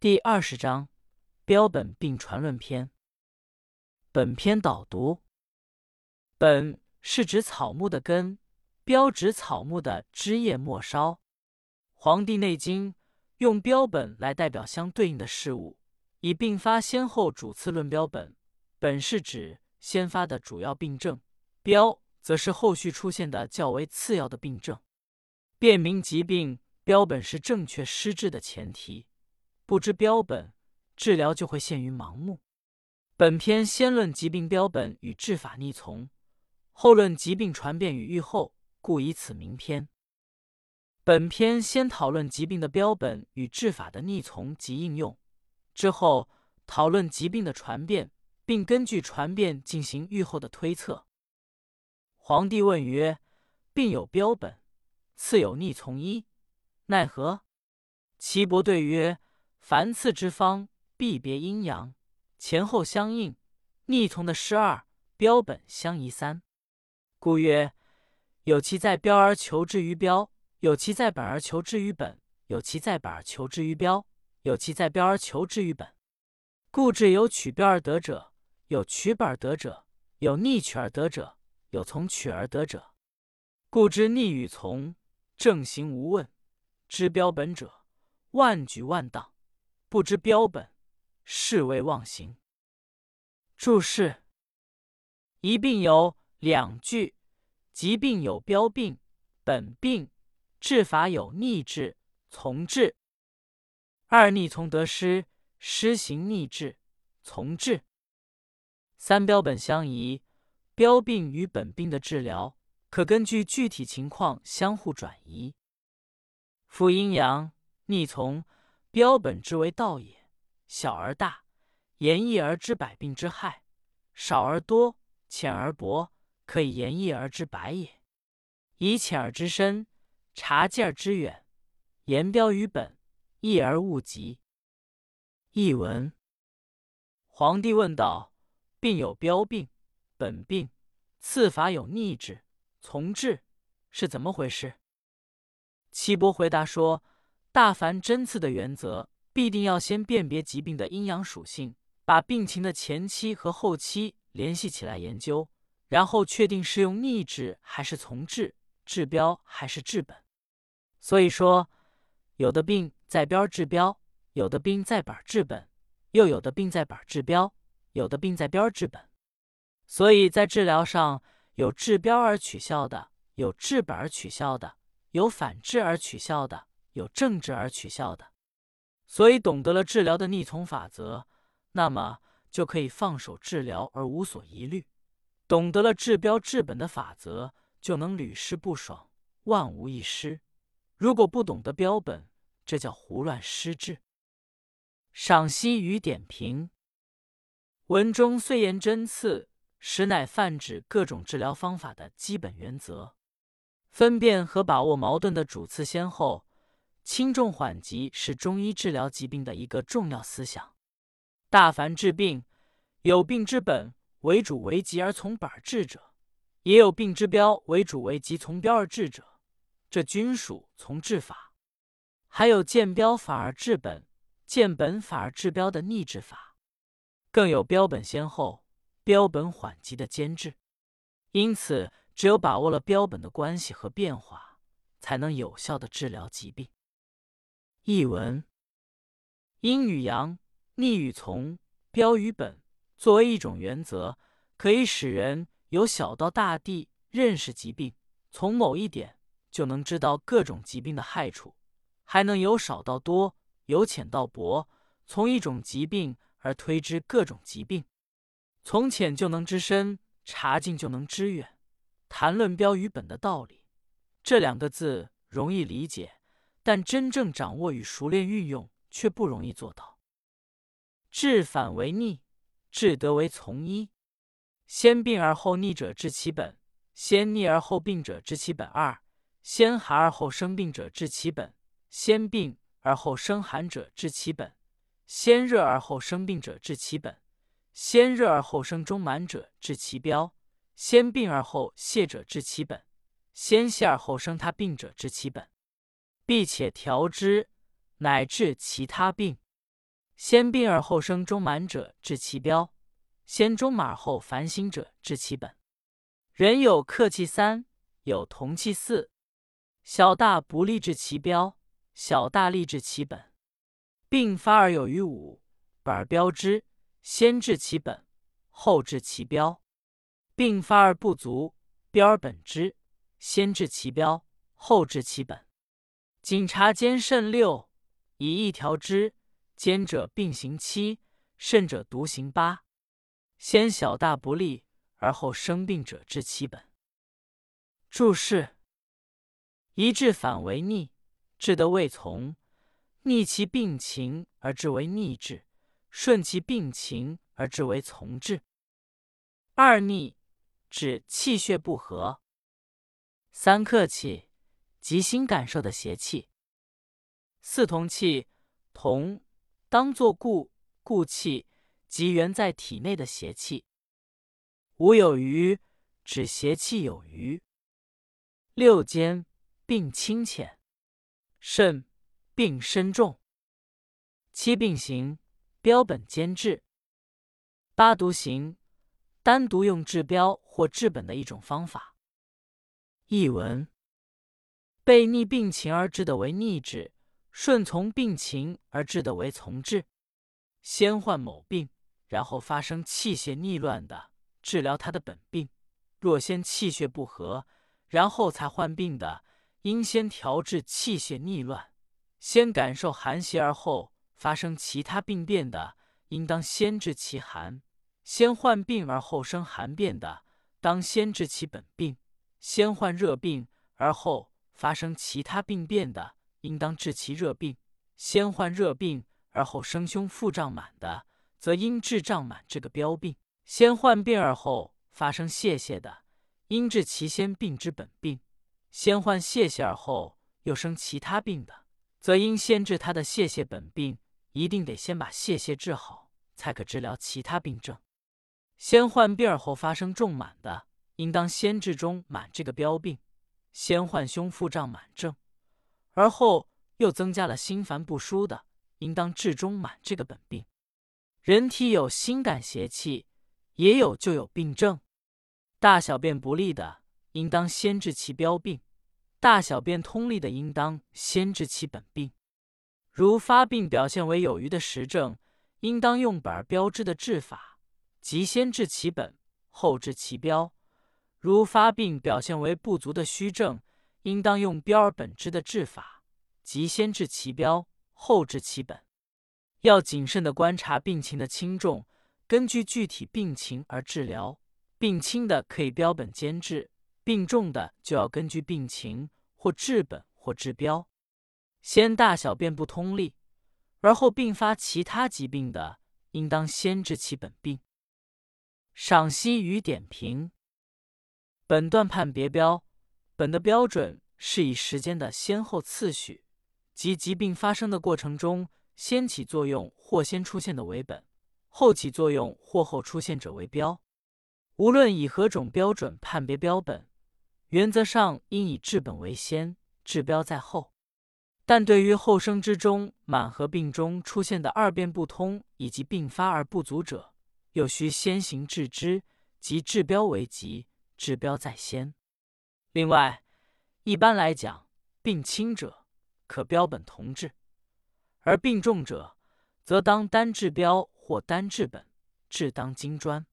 第20章标本并传论篇。本篇导读：本是指草木的根，标指草木的枝叶末梢。《黄帝内经》用标本来代表相对应的事物，以并发先后主次论标本。本是指先发的主要病症，标则是后续出现的较为次要的病症。辨明疾病，标本是正确施治的前提。不知标本，治疗就会陷于盲目。本篇先论疾病标本与治法逆从，后论疾病传变与预后，故以此名篇。本篇先讨论疾病的标本与治法的逆从及应用，之后讨论疾病的传变，并根据传变进行预后的推测。黄帝问曰：病有标本，次有逆从一，奈何？岐伯对曰：凡次之方，必别阴阳，前后相应，逆从的失二，标本相宜三。故曰：有其在标而求之于标，有其在本而求之于本，有其在本而求之于标，有其在标而求之于本。故治有取标而得者，有取本而得者，有逆取而得者，有从取而得者。故知逆与从，正行无问。知标本者，万举万当；不知标本，是谓妄行。注释：一病有两句，疾病有标病、本病，治法有逆治、从治。二逆从得失，施行逆治、从治。三标本相宜，标病与本病的治疗可根据具体情况相互转移。夫阴阳逆从，标本之为道也。小而大，言易而知百病之害；少而多，浅而薄，可以言易而知百也。以浅而知深，察近而知远。言标于本，易而勿急。译文：黄帝问道：病有标病、本病，次法有逆治、从治，是怎么回事？岐伯回答说：大凡针刺的原则，必定要先辨别疾病的阴阳属性，把病情的前期和后期联系起来研究，然后确定是用逆治还是从治，治标还是治本。所以说，有的病在标治标，有的病在本治本，又有的病在本治标，有的病在标治本。所以在治疗上，有治标而取效的，有治本而取效的，有反治而取效的，有正治而取效的。所以懂得了治疗的逆从法则，那么就可以放手治疗而无所疑虑；懂得了治标治本的法则，就能屡试不爽，万无一失。如果不懂得标本，这叫胡乱施治。赏析与点评：文中虽言针刺，实乃泛指各种治疗方法的基本原则。分辨和把握矛盾的主次先后，轻重缓急是中医治疗疾病的一个重要思想。大凡治病，有病之本为主为急而从本而治者，也有病之标为主为急从标而治者，这均属从治法。还有见标法而治本，见本法而治标的逆治法，更有标本先后、标本缓急的兼治。因此，只有把握了标本的关系和变化，才能有效的治疗疾病。译文：阴与阳、逆与从、标与本，作为一种原则，可以使人由小到大地认识疾病，从某一点就能知道各种疾病的害处，还能由少到多，由浅到薄，从一种疾病而推知各种疾病。从浅就能知深，察近就能知远。谈论标与本的道理，这两个字容易理解，但真正掌握与熟练运用却不容易做到。治反为逆，治得为从一。先病而后逆者治其本，先逆而后病者治其本二，先寒而后生病者治其本，先病而后生寒者治其本，先热而后生病者治其本，先热而后生中满者治其标，先病而后泻者治其本，先泻而后生他病者治其本，必且调之，乃治其他病。 先病而后生中满者治其标，先中满而后烦心者治其本。人有克气3，有同气4，小大不利治其标，小大利治其本。病发而有余5，本而标之，先治其本，后治其标。病发而不足，标而本之，先治其标，后治其本。谨察兼慎6，以一调之。兼者并行7，慎者独行8。先小大不利，而后生病者治其本。注释：一治反为逆，治得未从；逆其病情而治为逆治，顺其病情而治为从治。二逆指气血不和。三克气，即心感受的邪气。四同气，同当作故气，即原在体内的邪气。五有余，指邪气有余。六间，病轻浅。肾，病深重。七并行，标本兼治。八独行，单独用治标或治本的一种方法。译文：被逆病情而治的为逆治，顺从病情而治的为从治。先患某病，然后发生气血逆乱的，治疗他的本病；若先气血不和，然后才患病的，应先调治气血逆乱。先感受寒邪而后发生其他病变的，应当先治其寒；先患病而后生寒变的，当先治其本病；先患热病而后发生其他病变的，应当治其热病；先患热病而后生胸腹胀满的，则应治胀满这个标病；先患病而后发生泄泻的，应治其先病之本病；先患泄泻而后又生其他病的，则应先治他的泄泻本病，一定得先把泄泻治好，才可治疗其他病症。先患病而后发生重满的，应当先治中满这个标病；先患胸腹胀满症，而后又增加了心烦不舒的，应当治中满这个本病。人体有心感邪气，也有就有病症。大小便不利的，应当先治其标病；大小便通利的，应当先治其本病。如发病表现为有余的实症，应当用本而标之的治法，即先治其本，后治其标；如发病表现为不足的虚症，应当用标而本之的治法，即先治其标，后治其本。要谨慎地观察病情的轻重，根据具体病情而治疗。病轻的可以标本兼治，病重的就要根据病情或治本或治标。先大小便不通利，而后并发其他疾病的，应当先治其本病。赏析与点评：本段判别标，本的标准是以时间的先后次序，即疾病发生的过程中先起作用或先出现的为本，后起作用或后出现者为标。无论以何种标准判别标本，原则上应以治本为先，治标在后。但对于后生之中满和病中出现的二便不通以及病发而不足者，又需先行治之，即治标为急，治标在先。另外，一般来讲，病轻者可标本同治，而病重者则当单治标或单治本，治当金砖。